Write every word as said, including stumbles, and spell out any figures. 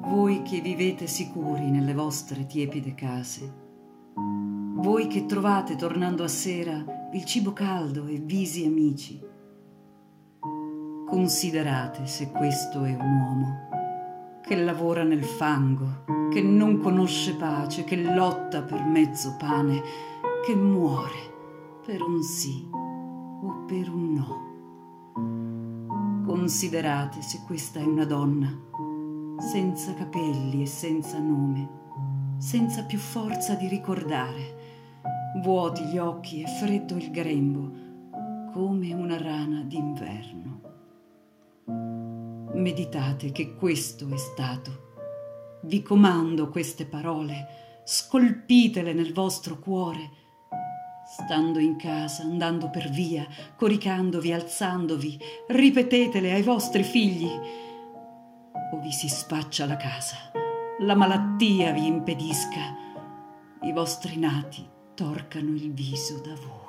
Voi che vivete sicuri nelle vostre tiepide case, voi che trovate tornando a sera il cibo caldo e visi amici, considerate se questo è un uomo che lavora nel fango, che non conosce pace, che lotta per mezzo pane, che muore per un sì o per un no. Considerate se questa è una donna senza capelli e senza nome, senza più forza di ricordare, vuoti gli occhi e freddo il grembo, come una rana d'inverno. Meditate che questo è stato. Vi comando queste parole, scolpitele nel vostro cuore, stando in casa, andando per via, coricandovi, alzandovi, ripetetele ai vostri figli. O vi si spaccia la casa, la malattia vi impedisca, i vostri nati torcano il viso da voi.